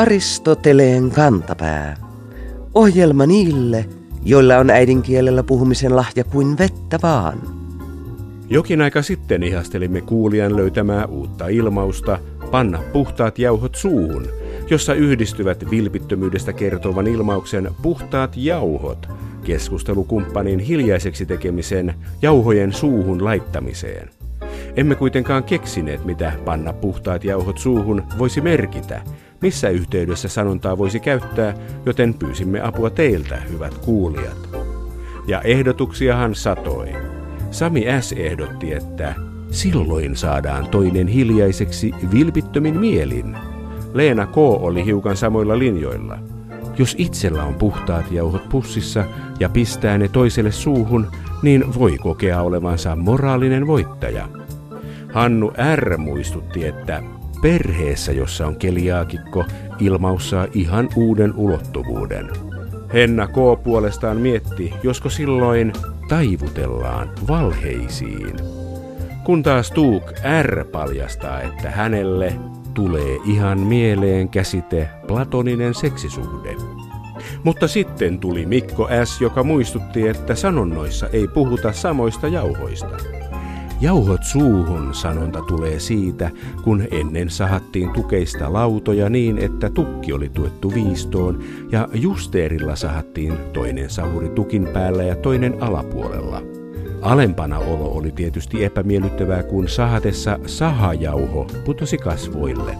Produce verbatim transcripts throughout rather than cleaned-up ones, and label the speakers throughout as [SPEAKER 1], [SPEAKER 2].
[SPEAKER 1] Aristoteleen kantapää. Ohjelma niille, joilla on äidinkielellä puhumisen lahja kuin vettä vaan.
[SPEAKER 2] Jokin aika sitten ihastelimme kuulijan löytämää uutta ilmausta panna puhtaat jauhot suuhun, jossa yhdistyvät vilpittömyydestä kertovan ilmauksen puhtaat jauhot keskustelukumppanin hiljaiseksi tekemisen jauhojen suuhun laittamiseen. Emme kuitenkaan keksineet, mitä panna puhtaat jauhot suuhun voisi merkitä, missä yhteydessä sanontaa voisi käyttää, joten pyysimme apua teiltä, hyvät kuulijat. Ja ehdotuksiahan satoi. Sami S. ehdotti, että silloin saadaan toinen hiljaiseksi vilpittömin mielin. Leena K. oli hiukan samoilla linjoilla. Jos itsellä on puhtaat jauhot pussissa ja pistää ne toiselle suuhun, niin voi kokea olevansa moraalinen voittaja. Hannu R. muistutti, että perheessä, jossa on keliaakikko, ilmaus saa ihan uuden ulottuvuuden. Henna K. puolestaan mietti, josko silloin taivutellaan valheisiin. Kun taas Tuuk R. paljastaa, että hänelle tulee ihan mieleen käsite platoninen seksisuhde. Mutta sitten tuli Mikko S., joka muistutti, että sanonnoissa ei puhuta samoista jauhoista. Jauhot suuhun sanonta tulee siitä, kun ennen sahattiin tukeista lautoja niin, että tukki oli tuettu viistoon ja justeerilla sahattiin toinen sahuri tukin päällä ja toinen alapuolella. Alempana olo oli tietysti epämiellyttävää, kun sahatessa sahajauho putosi kasvoille.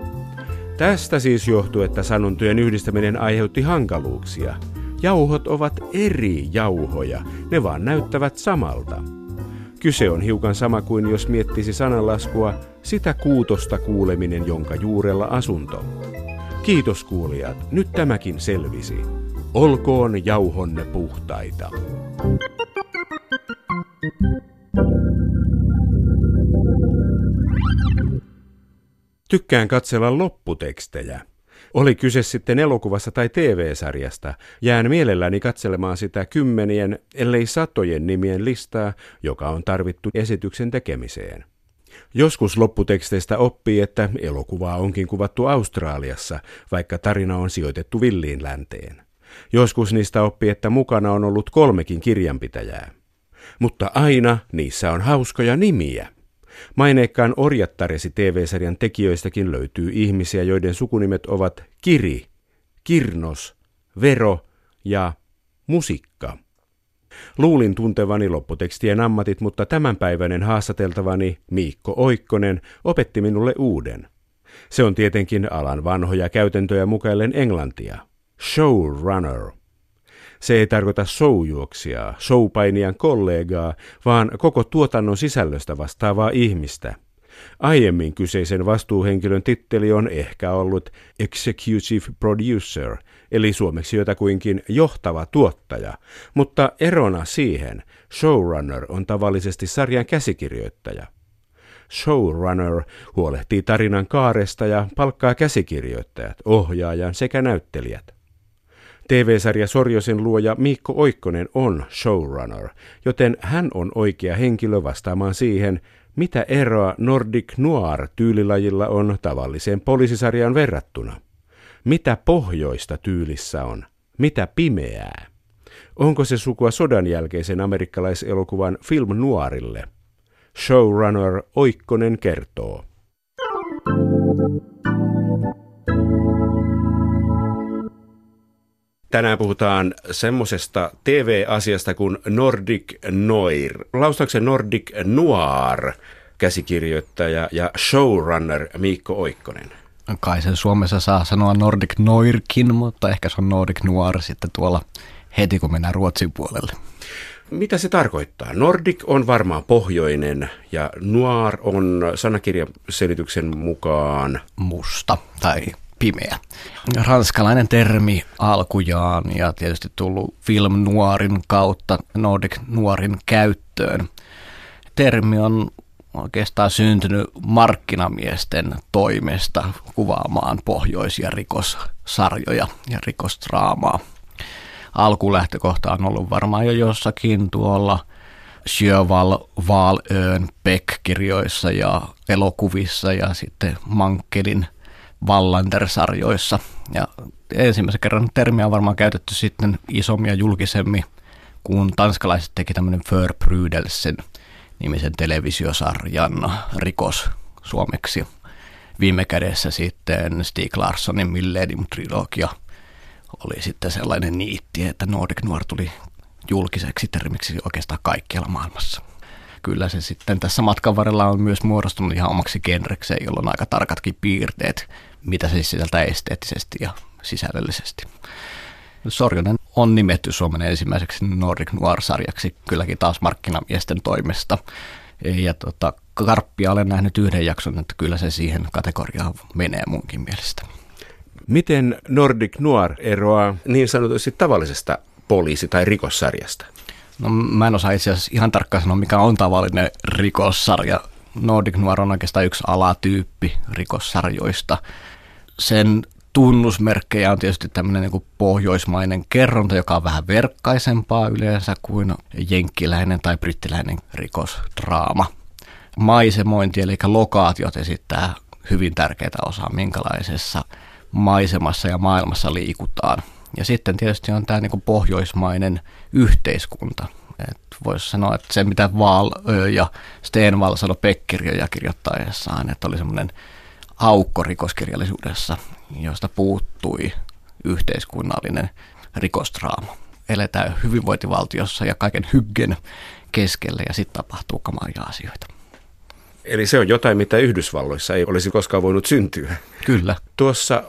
[SPEAKER 2] Tästä siis johtui, että sanontojen yhdistäminen aiheutti hankaluuksia. Jauhot ovat eri jauhoja, ne vaan näyttävät samalta. Kyse on hiukan sama kuin jos miettisi sananlaskua sitä kuutosta kuuleminen, jonka juurella asunto. Kiitos kuulijat, nyt tämäkin selvisi. Olkoon jauhonne puhtaita. Tykkään katsella lopputekstejä. Oli kyse sitten elokuvassa tai T V-sarjasta, jään mielelläni katselemaan sitä kymmenien, ellei satojen nimien listaa, joka on tarvittu esityksen tekemiseen. Joskus lopputeksteistä oppii, että elokuvaa onkin kuvattu Australiassa, vaikka tarina on sijoitettu villiin länteen. Joskus niistä oppii, että mukana on ollut kolmekin kirjanpitäjää. Mutta aina niissä on hauskoja nimiä. Maineikkaan Orjattaresi T V-sarjan tekijöistäkin löytyy ihmisiä, joiden sukunimet ovat Kiri, Kirnos, Vero ja Musikka. Luulin tuntevani lopputekstien ammatit, mutta tämänpäiväinen haastateltavani Miikko Oikkonen opetti minulle uuden. Se on tietenkin alan vanhoja käytäntöjä mukaillen englantia. Showrunner. Se ei tarkoita showjuoksijaa, showpainijan kollegaa, vaan koko tuotannon sisällöstä vastaavaa ihmistä. Aiemmin kyseisen vastuuhenkilön titteli on ehkä ollut executive producer, eli suomeksi jotakuinkin johtava tuottaja, mutta erona siihen showrunner on tavallisesti sarjan käsikirjoittaja. Showrunner huolehtii tarinan kaaresta ja palkkaa käsikirjoittajat, ohjaajan sekä näyttelijät. T V-sarja Sorjosen luoja Miikko Oikkonen on showrunner, joten hän on oikea henkilö vastaamaan siihen, mitä eroa Nordic Noir-tyylilajilla on tavalliseen poliisisarjaan verrattuna. Mitä pohjoista tyylissä on? Mitä pimeää? Onko se sukua sodan jälkeisen amerikkalaiselokuvan film noirille? Showrunner Oikkonen kertoo. Tänään puhutaan semmosesta T V-asiasta kuin Nordic Noir. Laustauksen Nordic Noir, käsikirjoittaja ja showrunner Miikko Oikkonen.
[SPEAKER 3] Kai sen Suomessa saa sanoa Nordic Noirkin, mutta ehkä se on Nordic Noir sitten tuolla heti, kun mennään Ruotsin puolelle.
[SPEAKER 2] Mitä se tarkoittaa? Nordic on varmaan pohjoinen ja noir on sanakirjaselityksen mukaan
[SPEAKER 3] musta tai pimeä. Ranskalainen termi alkujaan ja tietysti tullut film noirin kautta Nordic Noirin käyttöön. Termi on oikeastaan syntynyt markkinamiesten toimesta kuvaamaan pohjoisia rikossarjoja ja rikosdraamaa. Alkulähtökohta on ollut varmaan jo jossakin tuolla Sjöwall Wahlöön Beck-kirjoissa ja elokuvissa ja sitten Mankelin Wallander-sarjoissa. Ja ensimmäisen kerran termiä on varmaan käytetty sitten isommin ja julkisemmin, kun tanskalaiset teki tämmöinen Förbrydelsen nimisen televisiosarjan rikos suomeksi. Viime kädessä sitten Stieg Larssonin Millennium-trilogia oli sitten sellainen niitti, että Nordic Noir tuli julkiseksi termiksi oikeastaan kaikkialla maailmassa. Kyllä se sitten tässä matkan varrella on myös muodostunut ihan omaksi genrekseen, jolla on aika tarkatkin piirteet, mitä se sisältää esteettisesti ja sisällöllisesti. Sorjonen on nimetty Suomen ensimmäiseksi Nordic Noir-sarjaksi kylläkin taas markkinamiesten toimesta. Ja tota, Karppia olen nähnyt yhden jakson, että kyllä se siihen kategoriaan menee munkin mielestä.
[SPEAKER 2] Miten Nordic Noir eroaa niin sanotusti tavallisesta poliisi- tai rikossarjasta?
[SPEAKER 3] No mä en osaa itse asiassa ihan tarkkaan sanoa, mikä on tavallinen rikossarja. Nordic Noir on oikeastaan yksi alatyyppi rikossarjoista. Sen tunnusmerkkejä on tietysti tämmöinen niin kuin pohjoismainen kerronta, joka on vähän verkkaisempaa yleensä kuin jenkkiläinen tai brittiläinen rikosdraama. Maisemointi eli lokaatiot esittää hyvin tärkeää osaa, minkälaisessa maisemassa ja maailmassa liikutaan. Ja sitten tietysti on tämä niin kuin pohjoismainen yhteiskunta. Voisi sanoa, että se mitä Wahl ja Stenvall sanoi Beck-kirjoja kirjoittaessaan, että oli semmoinen aukko rikoskirjallisuudessa, josta puuttui yhteiskunnallinen rikosdraama. Eletään hyvinvointivaltiossa ja kaiken hyggen keskellä ja sitten tapahtuu kamalia asioita.
[SPEAKER 2] Eli se on jotain, mitä Yhdysvalloissa ei olisi koskaan voinut syntyä.
[SPEAKER 3] Kyllä.
[SPEAKER 2] Tuossa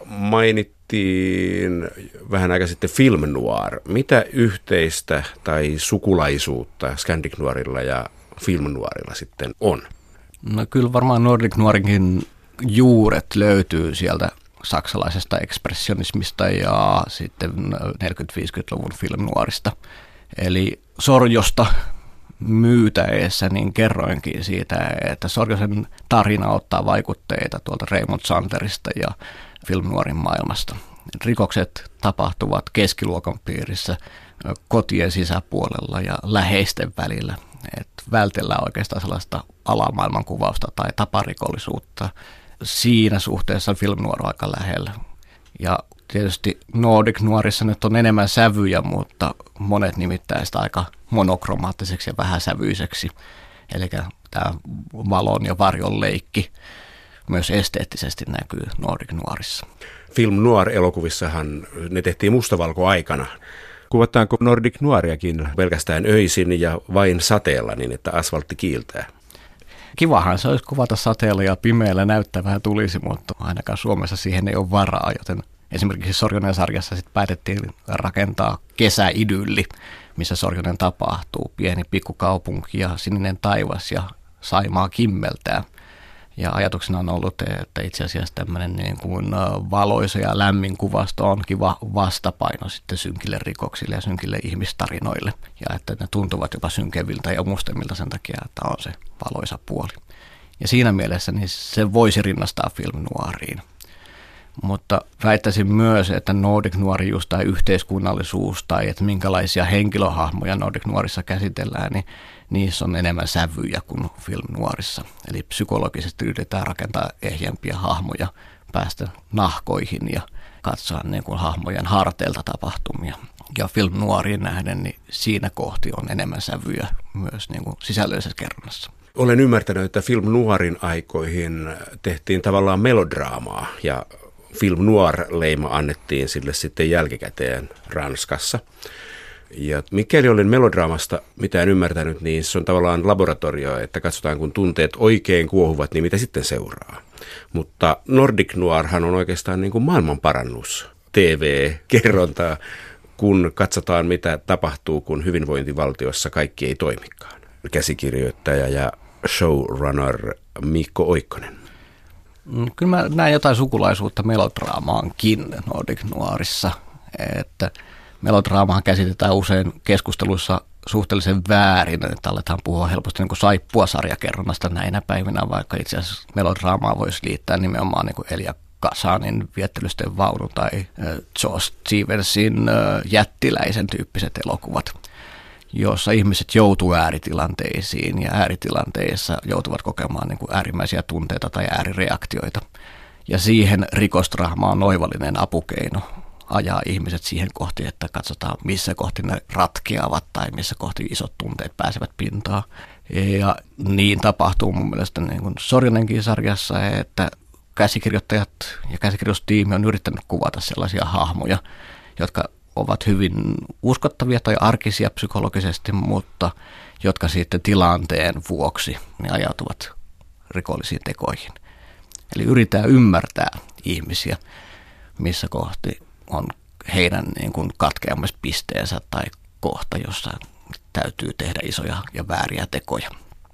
[SPEAKER 2] mainittiin vähän aika sitten film noir. Mitä yhteistä tai sukulaisuutta Scandic Noirilla ja film noirilla sitten on?
[SPEAKER 3] No kyllä varmaan Nordic Noirinkin juuret löytyy sieltä saksalaisesta ekspressionismista ja sitten neljäkymmentä-viisikymmentäluvun film noirista. Eli Sorjosta myytäessä niin kerroinkin siitä, että Sorjosen tarina ottaa vaikutteita tuolta Raymond Chandlerista ja film noirin maailmasta. Rikokset tapahtuvat keskiluokan piirissä, kotien sisäpuolella ja läheisten välillä. Et vältellään oikeastaan sellaista alamaailmankuvausta tai taparikollisuutta. Siinä suhteessa film noir on aika lähellä. Ja tietysti Nordic Noirissa nyt on enemmän sävyjä, mutta monet nimittäin sitä aika monokromaattiseksi ja vähäsävyiseksi. Eli tämä valon ja varjon leikki myös esteettisesti näkyy Nordic Noirissa.
[SPEAKER 2] Film noir-elokuvissahan ne tehtiin mustavalkoaikana. Kuvataanko Nordic Noiriakin pelkästään öisin ja vain sateella niin, että asfaltti kiiltää?
[SPEAKER 3] Kivahan se olisi kuvata sateella ja pimeällä näyttävää tulisi, mutta ainakaan Suomessa siihen ei ole varaa, joten esimerkiksi Sorjonen sarjassa sitten päätettiin rakentaa kesäidylli, missä Sorjonen tapahtuu. Pieni pikkukaupunki ja sininen taivas ja Saimaa kimmeltää. Ja ajatuksena on ollut, että itse asiassa tämmöinen niin kuin valoisa ja lämmin kuvasto on kiva vastapaino sitten synkille rikoksille ja synkille ihmistarinoille. Ja että ne tuntuvat jopa synkeviltä ja mustemmilta sen takia, että on se valoisa puoli. Ja siinä mielessä niin se voisi rinnastaa film noiriin. Mutta väittäisin myös, että Nordic Noir just tai yhteiskunnallisuus tai että minkälaisia henkilöhahmoja Nordic Noirissa käsitellään, niin niissä on enemmän sävyjä kuin film noirissa. Eli psykologisesti yritetään rakentaa ehjempiä hahmoja, päästä nahkoihin ja katsoa niin kuin hahmojen harteilta tapahtumia. Ja film noiriin nähden, niin siinä kohti on enemmän sävyjä myös niin kuin sisällöllisessä kerronnassa.
[SPEAKER 2] Olen ymmärtänyt, että film noirin aikoihin tehtiin tavallaan melodraamaa ja film noir-leima annettiin sille sitten jälkikäteen Ranskassa. Ja mikäli olen melodraamasta mitään ymmärtänyt, niin se on tavallaan laboratorio, että katsotaan kun tunteet oikein kuohuvat, niin mitä sitten seuraa. Mutta Nordic Noirhan on oikeastaan niin kuin maailmanparannus T V-kerrontaa, kun katsotaan mitä tapahtuu, kun hyvinvointivaltiossa kaikki ei toimikaan. Käsikirjoittaja ja showrunner Mikko Oikkonen.
[SPEAKER 3] Kyllä mä näen jotain sukulaisuutta melodraamaankin Nordic Noirissa, että melodraamahan käsitetään usein keskusteluissa suhteellisen väärin, että aletaan puhua helposti niin kuin saippua-sarjakerronnasta näinä päivinä, vaikka itse asiassa melodraamaa voisi liittää nimenomaan niin kuin Elia Kasanin Viettelysten vaunu tai Josh Stevensin Jättiläisen tyyppiset elokuvat, jossa ihmiset joutuu ääritilanteisiin ja ääritilanteissa joutuvat kokemaan niin kuin äärimmäisiä tunteita tai äärireaktioita. Ja siihen rikosdraama on oivallinen apukeino ajaa ihmiset siihen kohti, että katsotaan missä kohti ne ratkeavat tai missä kohti isot tunteet pääsevät pintaan. Ja niin tapahtuu mun mielestä niin kuin Sorjonenkin sarjassa, että käsikirjoittajat ja käsikirjoitustiimi on yrittänyt kuvata sellaisia hahmoja, jotka ovat hyvin uskottavia tai arkisia psykologisesti, mutta jotka sitten tilanteen vuoksi ne ajautuvat rikollisiin tekoihin. Eli yritetään ymmärtää ihmisiä, missä kohti on heidän niin kuin katkeamispisteensä tai kohta, jossa täytyy tehdä isoja ja vääriä tekoja.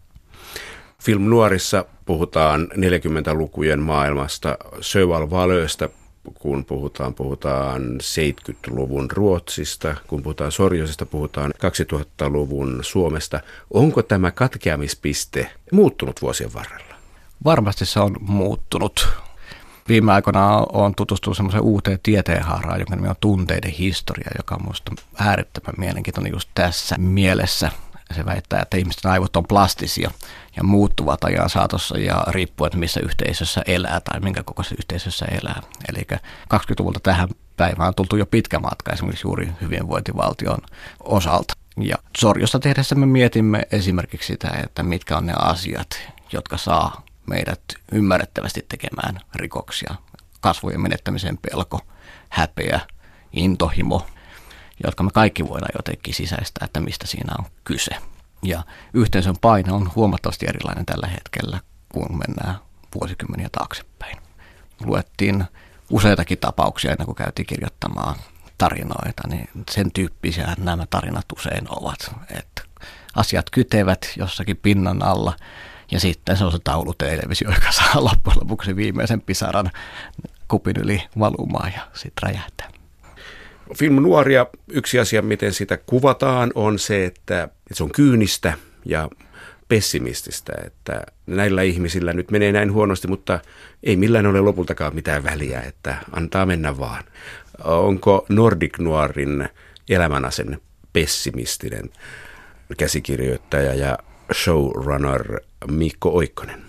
[SPEAKER 2] Film Noirissa puhutaan neljäkymmentälukujen maailmasta, Sjöwall Valöstä, kun puhutaan, puhutaan seitsemänkymmentäluvun Ruotsista, kun puhutaan Sorjosesta, puhutaan kaksituhattaluvun Suomesta. Onko tämä katkeamispiste muuttunut vuosien varrella?
[SPEAKER 3] Varmasti se on muuttunut. Viime aikoina olen tutustunut semmoiseen uuteen tieteenhaaraan, joka nimi on tunteiden historia, joka on minusta äärettömän mielenkiintoinen just tässä mielessä. Se väittää, että ihmisten aivot on plastisia ja muuttuvat ajan saatossa ja riippuen, missä yhteisössä elää tai minkä kokoisessa yhteisössä elää. Eli kaksikymmentäluvulta tähän päivään on tultu jo pitkä matka esimerkiksi juuri hyvinvointivaltion osalta. Ja Sorjosta tehdessä me mietimme esimerkiksi sitä, että mitkä on ne asiat, jotka saa meidät ymmärrettävästi tekemään rikoksia. Kasvojen menettämisen pelko, häpeä, intohimo, jotka me kaikki voidaan jotenkin sisäistää, että mistä siinä on kyse. Ja yhteisön paine on huomattavasti erilainen tällä hetkellä, kun mennään vuosikymmeniä taaksepäin. Luettiin useitakin tapauksia ennen kuin käytiin kirjoittamaan tarinoita, niin sen tyyppisiä nämä tarinat usein ovat, että asiat kytevät jossakin pinnan alla ja sitten se on se taulutelevisio, joka saa loppujen lopuksi viimeisen pisaran kupin yli valumaan ja sitten räjähtää.
[SPEAKER 2] Film Noiria, yksi asia, miten sitä kuvataan, on se, että se on kyynistä ja pessimististä, että näillä ihmisillä nyt menee näin huonosti, mutta ei millään ole lopultakaan mitään väliä, että antaa mennä vaan. Onko Nordic Noirin elämänasenne pessimistinen? Käsikirjoittaja ja showrunner Mikko Oikkonen.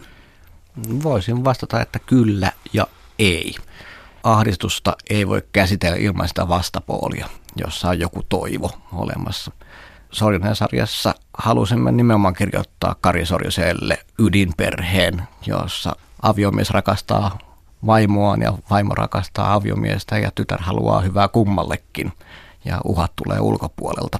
[SPEAKER 3] Voisin vastata, että kyllä ja ei. Ahdistusta ei voi käsitellä ilman sitä vastapuolia, jossa on joku toivo olemassa. Sorjonen sarjassa halusimme nimenomaan kirjoittaa Kari Sorjoselle ydinperheen, jossa aviomies rakastaa vaimoaan ja vaimo rakastaa aviomiestä ja tytär haluaa hyvää kummallekin ja uhat tulee ulkopuolelta.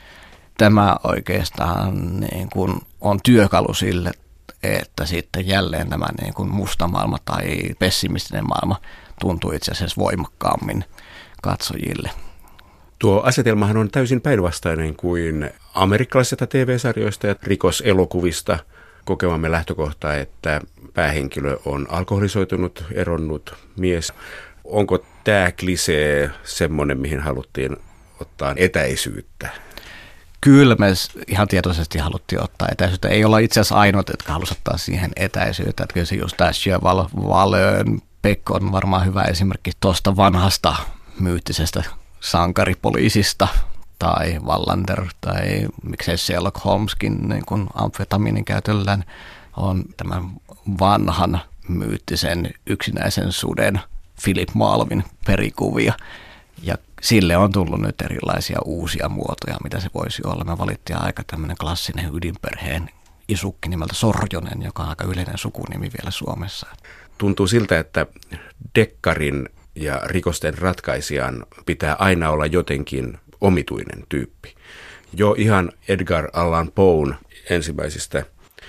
[SPEAKER 3] Tämä oikeastaan niin kuin on työkalu sille, että sitten jälleen tämä niin kuin musta maailma tai pessimistinen maailma tuntuu itse asiassa voimakkaammin katsojille.
[SPEAKER 2] Tuo asetelmahan on täysin päinvastainen kuin amerikkalaisista T V-sarjoista ja rikoselokuvista kokemamme lähtökohta, että päähenkilö on alkoholisoitunut, eronnut mies. Onko tämä klisee semmoinen, mihin haluttiin ottaa etäisyyttä?
[SPEAKER 3] Kyllä me ihan tietoisesti haluttiin ottaa etäisyyttä. Ei olla itse asiassa ainoat, jotka halusivat ottaa siihen etäisyyttä. Että kyllä se just tämä Sjöwall Valön Pekko on varmaan hyvä esimerkki tuosta vanhasta myyttisestä sankaripoliisista tai Wallander tai miksei Sherlock Holmeskin niin kuin amfetamiinin käytöllään on tämän vanhan myyttisen yksinäisen suden Philip Malvin perikuvia. Ja sille on tullut nyt erilaisia uusia muotoja, mitä se voisi olla. Me valittiin aika tämmöinen klassinen ydinperheen isukki nimeltä Sorjonen, joka on aika yleinen sukunimi vielä Suomessa.
[SPEAKER 2] Tuntuu siltä, että dekkarin ja rikosten ratkaisijan pitää aina olla jotenkin omituinen tyyppi. Jo ihan Edgar Allan Poen ensimmäisistä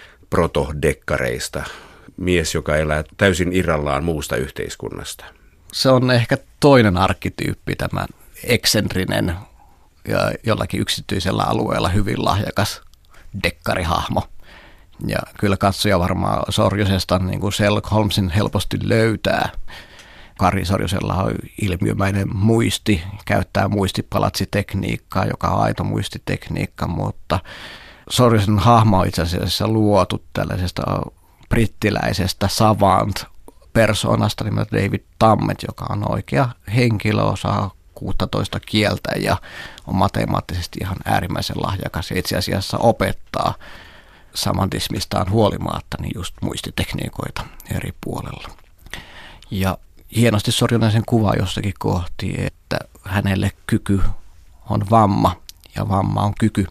[SPEAKER 2] protodekkareista, mies, joka elää täysin irrallaan muusta yhteiskunnasta.
[SPEAKER 3] Se on ehkä toinen arkkityyppi, tämä eksentrinen ja jollakin yksityisellä alueella hyvin lahjakas dekkarihahmo. Ja kyllä katsoja varmaan Sorjosesta niin kuin Sherlock Holmesin helposti löytää. Kari Sorjosella on ilmiömäinen muisti, käyttää muistipalatsitekniikkaa, joka on aito muistitekniikka, mutta Sorjosen hahmo on itse asiassa luotu tällaisesta brittiläisestä savant-persoonasta nimeltä David Tammet, joka on oikea henkilö, osaa kuusitoista kieltä ja on matemaattisesti ihan äärimmäisen lahjakas ja itse asiassa opettaa samantismistaan huolimatta niin just muistitekniikoita eri puolella. Ja hienosti Sorjonen sen kuvaa jossakin kohti, että hänelle kyky on vamma ja vamma on kyky.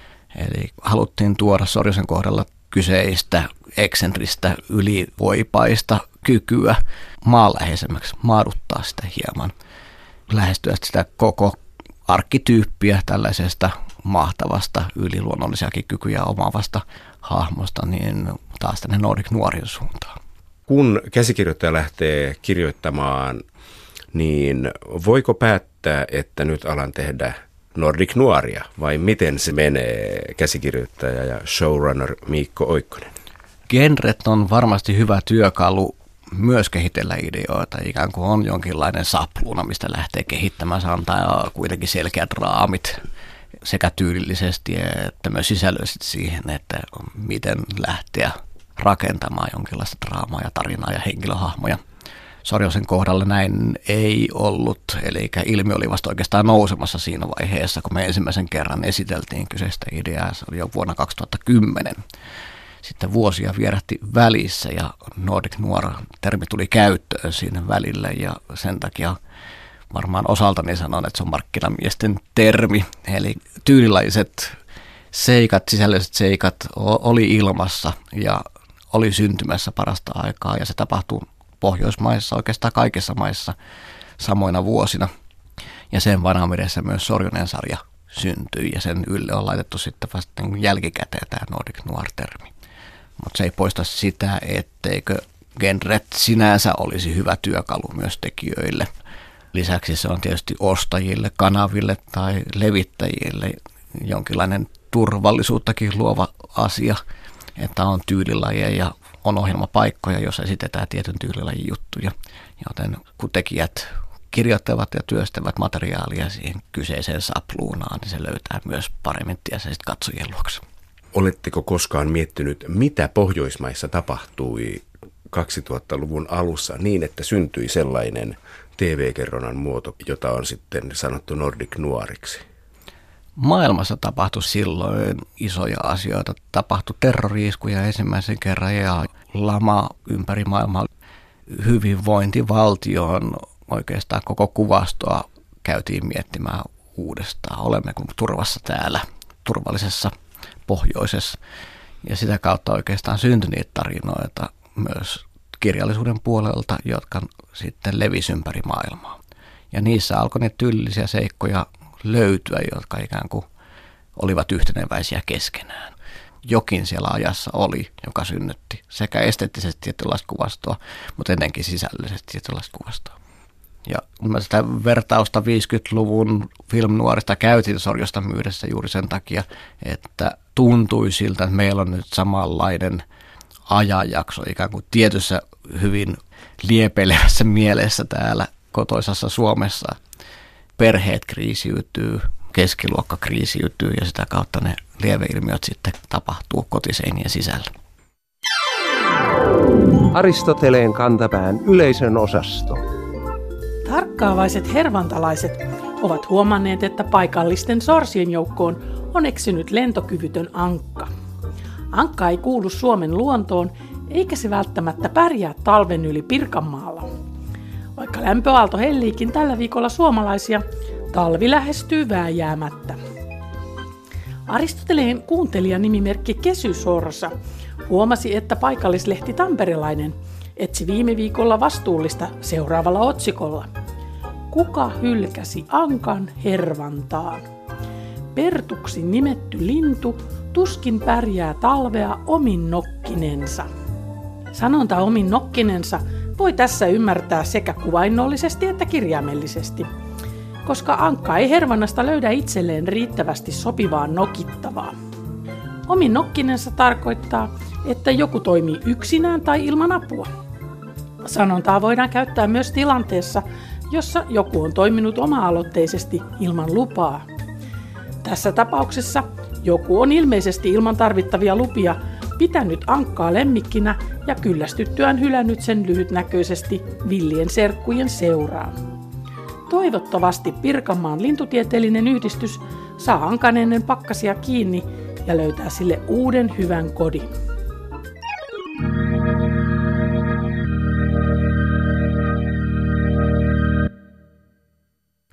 [SPEAKER 3] Eli haluttiin tuoda Sorjosen kohdalla kyseistä eksentristä ylivoipaista kykyä maanläheisemmäksi, maaduttaa sitä hieman, lähestyä sitä koko arkkityyppiä tällaisesta mahtavasta yliluonnollisiakin kykyjä omaavasta hahmosta, niin taas tänne Nordic Noirin suuntaan.
[SPEAKER 2] Kun käsikirjoittaja lähtee kirjoittamaan, niin voiko päättää, että nyt alan tehdä Nordic Noiria, vai miten se menee, käsikirjoittaja ja showrunner Miikko Oikkonen?
[SPEAKER 3] Genret on varmasti hyvä työkalu myös kehitellä ideoita, ikään kuin on jonkinlainen sapluuna, mistä lähtee kehittämään, se antaa kuitenkin selkeät raamit sekä tyylillisesti että myös sisällöllisesti siihen, että miten lähteä rakentamaan jonkinlaista draamaa ja tarinaa ja henkilöhahmoja. Sorjosen kohdalla näin ei ollut, eli ilmiö oli vasta oikeastaan nousemassa siinä vaiheessa, kun me ensimmäisen kerran esiteltiin kyseistä ideaa, se oli jo vuonna kaksituhattakymmenen. Sitten vuosia vierähti välissä ja Nordic Noir-termi tuli käyttöön siinä välillä ja sen takia varmaan osaltani sanon, että se on markkinamiesten termi. Eli tyylilaiset seikat, sisällölliset seikat oli ilmassa ja oli syntymässä parasta aikaa ja se tapahtui Pohjoismaissa, oikeastaan kaikissa maissa samoina vuosina. Ja sen vanamiressä myös Sorjonen-sarja syntyi ja sen ylle on laitettu sitten vasta jälkikäteen tämä Nordic Noir-termi. Mutta se ei poista sitä, etteikö genret sinänsä olisi hyvä työkalu myös tekijöille. Lisäksi se on tietysti ostajille, kanaville tai levittäjille jonkinlainen turvallisuuttakin luova asia, että on tyylilajeja ja on ohjelmapaikkoja, joissa esitetään tietyn tyylilajin juttuja. Joten kun tekijät kirjoittavat ja työstävät materiaalia siihen kyseiseen sapluunaan, niin se löytää myös paremmin tiensä sitten katsojien luokse.
[SPEAKER 2] Oletteko koskaan miettinyt, mitä Pohjoismaissa tapahtui kaksituhattaluvun alussa niin, että syntyi sellainen T V-kerronnan muoto, jota on sitten sanottu Nordic Noiriksi?
[SPEAKER 3] Maailmassa tapahtui silloin isoja asioita. Tapahtui terrori-iskuja ensimmäisen kerran ja lama ympäri maailmaa. Hyvinvointivaltion oikeastaan koko kuvastoa käytiin miettimään uudestaan. Olemmeko turvassa täällä, turvallisessa pohjoisessa. Ja sitä kautta oikeastaan syntyi niitä tarinoita myös kirjallisuuden puolelta, jotka sitten levisi ympäri maailmaa. Ja niissä alkoi niitä tyylillisiä seikkoja löytyä, jotka ikään kuin olivat yhteneväisiä keskenään. Jokin siellä ajassa oli, joka synnytti sekä esteettisesti tietynlaista kuvastoa, mutta ennenkin sisällöllisesti tietynlaista kuvastoa. Ja mä sitä vertausta viisikymmentäluvun filmnuorista käytin Sorjosta myydessä juuri sen takia, että tuntui siltä, että meillä on nyt samanlainen ajanjakso ikään kuin tietyssä hyvin liepeilevässä mielessä täällä kotoisassa Suomessa. Perheet kriisiytyy, keskiluokka kriisiytyy ja sitä kautta ne lieveilmiöt sitten tapahtuu kotiseinien sisällä.
[SPEAKER 4] Aristoteleen kantapään yleisön osasto.
[SPEAKER 5] Tarkkaavaiset hervantalaiset ovat huomanneet, että paikallisten sorsien joukkoon on eksynyt lentokyvytön ankka. Ankka ei kuulu Suomen luontoon, eikä se välttämättä pärjää talven yli Pirkanmaalla. Vaikka lämpöaalto helliikin tällä viikolla suomalaisia, talvi lähestyy vääjäämättä. Aristoteleen kuuntelijanimimerkki Kesysorsa huomasi, että paikallislehti Tamperelainen etsi viime viikolla vastuullista seuraavalla otsikolla. Kuka hylkäsi ankan hervantaan? Pertuksi nimetty lintu tuskin pärjää talvea omin nokkinensa. Sanonta omin nokkinensa voi tässä ymmärtää sekä kuvainnollisesti että kirjaimellisesti, koska ankka ei hervannasta löydä itselleen riittävästi sopivaa nokittavaa. Omin nokkinensa tarkoittaa, että joku toimii yksinään tai ilman apua. Sanontaa voidaan käyttää myös tilanteessa, jossa joku on toiminut oma-aloitteisesti ilman lupaa. Tässä tapauksessa joku on ilmeisesti ilman tarvittavia lupia pitänyt ankkaa lemmikkinä ja kyllästyttyään hylännyt sen lyhytnäköisesti villien serkkujen seuraan. Toivottavasti Pirkanmaan lintutieteellinen yhdistys saa ankan ennen pakkasia kiinni ja löytää sille uuden hyvän kodin.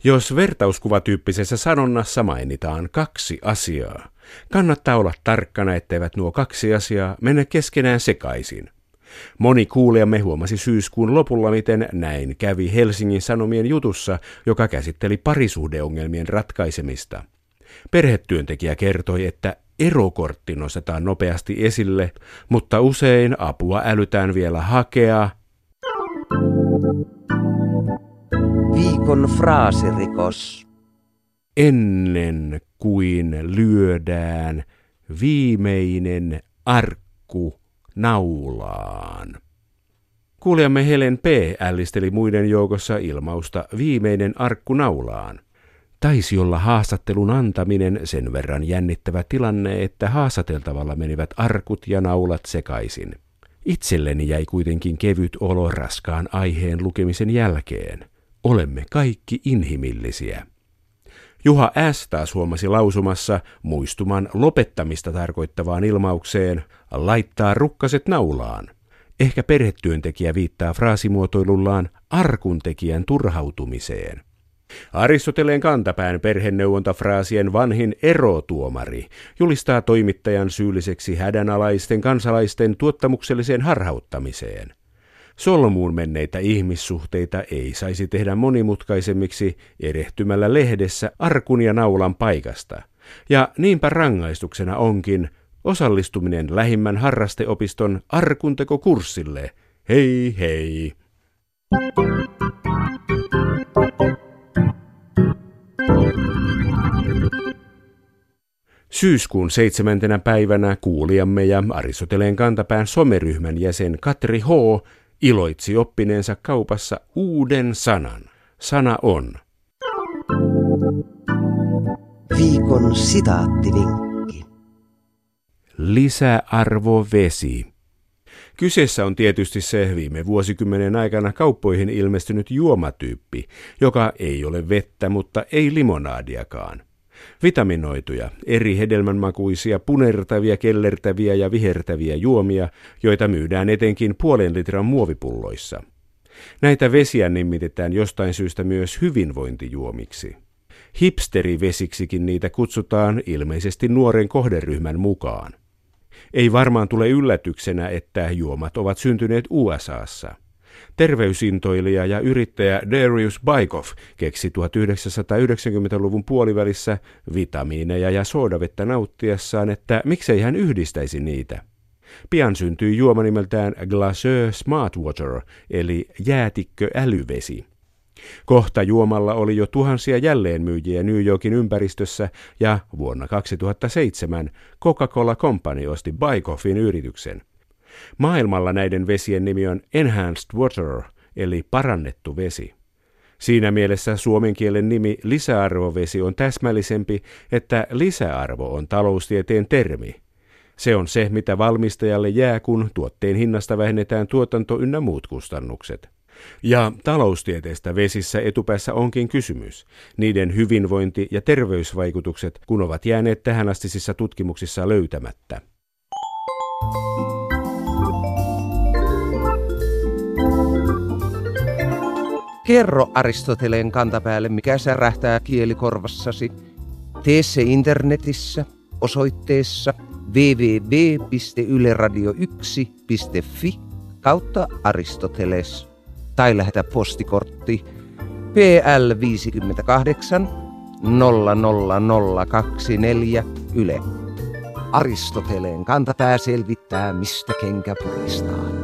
[SPEAKER 2] Jos vertauskuvatyyppisessä sanonnassa mainitaan kaksi asiaa, kannattaa olla tarkkana, etteivät nuo kaksi asiaa mene keskenään sekaisin. Moni kuulijamme huomasi syyskuun lopulla, miten näin kävi Helsingin Sanomien jutussa, joka käsitteli parisuhdeongelmien ratkaisemista. Perhetyöntekijä kertoi, että erokortti nostetaan nopeasti esille, mutta usein apua älytään vielä hakea.
[SPEAKER 1] Viikon fraasirikos.
[SPEAKER 2] Ennen kuin lyödään viimeinen arkku naulaan. Kuulijamme Helen P. ällisteli muiden joukossa ilmausta viimeinen arkku naulaan. Taisi olla haastattelun antaminen sen verran jännittävä tilanne, että haastateltavalla menivät arkut ja naulat sekaisin. Itselleni jäi kuitenkin kevyt olo raskaan aiheen lukemisen jälkeen. Olemme kaikki inhimillisiä. Juha S. taas huomasi lausumassa muistuman lopettamista tarkoittavaan ilmaukseen laittaa rukkaset naulaan. Ehkä perhetyöntekijä viittaa fraasimuotoilullaan arkuntekijän turhautumiseen. Aristoteleen kantapään perheneuvontafraasien vanhin erotuomari julistaa toimittajan syylliseksi hädänalaisten kansalaisten tuottamukselliseen harhauttamiseen. Solmuun menneitä ihmissuhteita ei saisi tehdä monimutkaisemmiksi erehtymällä lehdessä arkun ja naulan paikasta. Ja niinpä rangaistuksena onkin osallistuminen lähimmän harrasteopiston arkuntekokurssille. Hei hei! Syyskuun seitsemäntenä päivänä kuulijamme ja Aristoteleen kantapään someryhmän jäsen Katri H. iloitsi oppineensa kaupassa uuden sanan. Sana on
[SPEAKER 1] Viikon sitaattivinkki.
[SPEAKER 2] Lisäarvovesi. Kyseessä on tietysti se viime vuosikymmenen aikana kauppoihin ilmestynyt juomatyyppi, joka ei ole vettä, mutta ei limonaadiakaan. Vitaminoituja, eri hedelmänmakuisia, punertavia, kellertäviä ja vihertäviä juomia, joita myydään etenkin puolen litran muovipulloissa. Näitä vesiä nimitetään jostain syystä myös hyvinvointijuomiksi. Hipsterivesiksikin niitä kutsutaan ilmeisesti nuoren kohderyhmän mukaan. Ei varmaan tule yllätyksenä, että juomat ovat syntyneet U S A:ssa. Terveysintoilija ja yrittäjä Darius Bykov keksi tuhatyhdeksänsataayhdeksänkymmentäluvun puolivälissä vitamiineja ja soodavettä nauttiessaan, että miksei hän yhdistäisi niitä. Pian syntyi juoma nimeltään Glaceur Smart Water, eli jäätikkö-älyvesi. Kohta juomalla oli jo tuhansia jälleenmyyjiä New Yorkin ympäristössä ja vuonna kaksituhattaseitsemän Coca-Cola Company osti Bykovin yrityksen. Maailmalla näiden vesien nimi on Enhanced Water, eli parannettu vesi. Siinä mielessä suomen kielen nimi lisäarvovesi on täsmällisempi, että lisäarvo on taloustieteen termi. Se on se, mitä valmistajalle jää, kun tuotteen hinnasta vähennetään tuotanto ynnä muut kustannukset. Ja taloustieteestä vesissä etupäässä onkin kysymys. Niiden hyvinvointi- ja terveysvaikutukset, kun ovat jääneet tähänastisissa tutkimuksissa löytämättä.
[SPEAKER 4] Kerro Aristoteleen kantapäälle, mikä särähtää kielikorvassasi. Tee se internetissä osoitteessa double-u double-u double-u piste yle radio yksi piste fi kautta Aristoteles tai lähetä postikortti P L viisikymmentäkahdeksan nolla nolla nolla kaksikymmentäneljä Yle. Aristoteleen kantapää selvittää, mistä kenkä puristaa.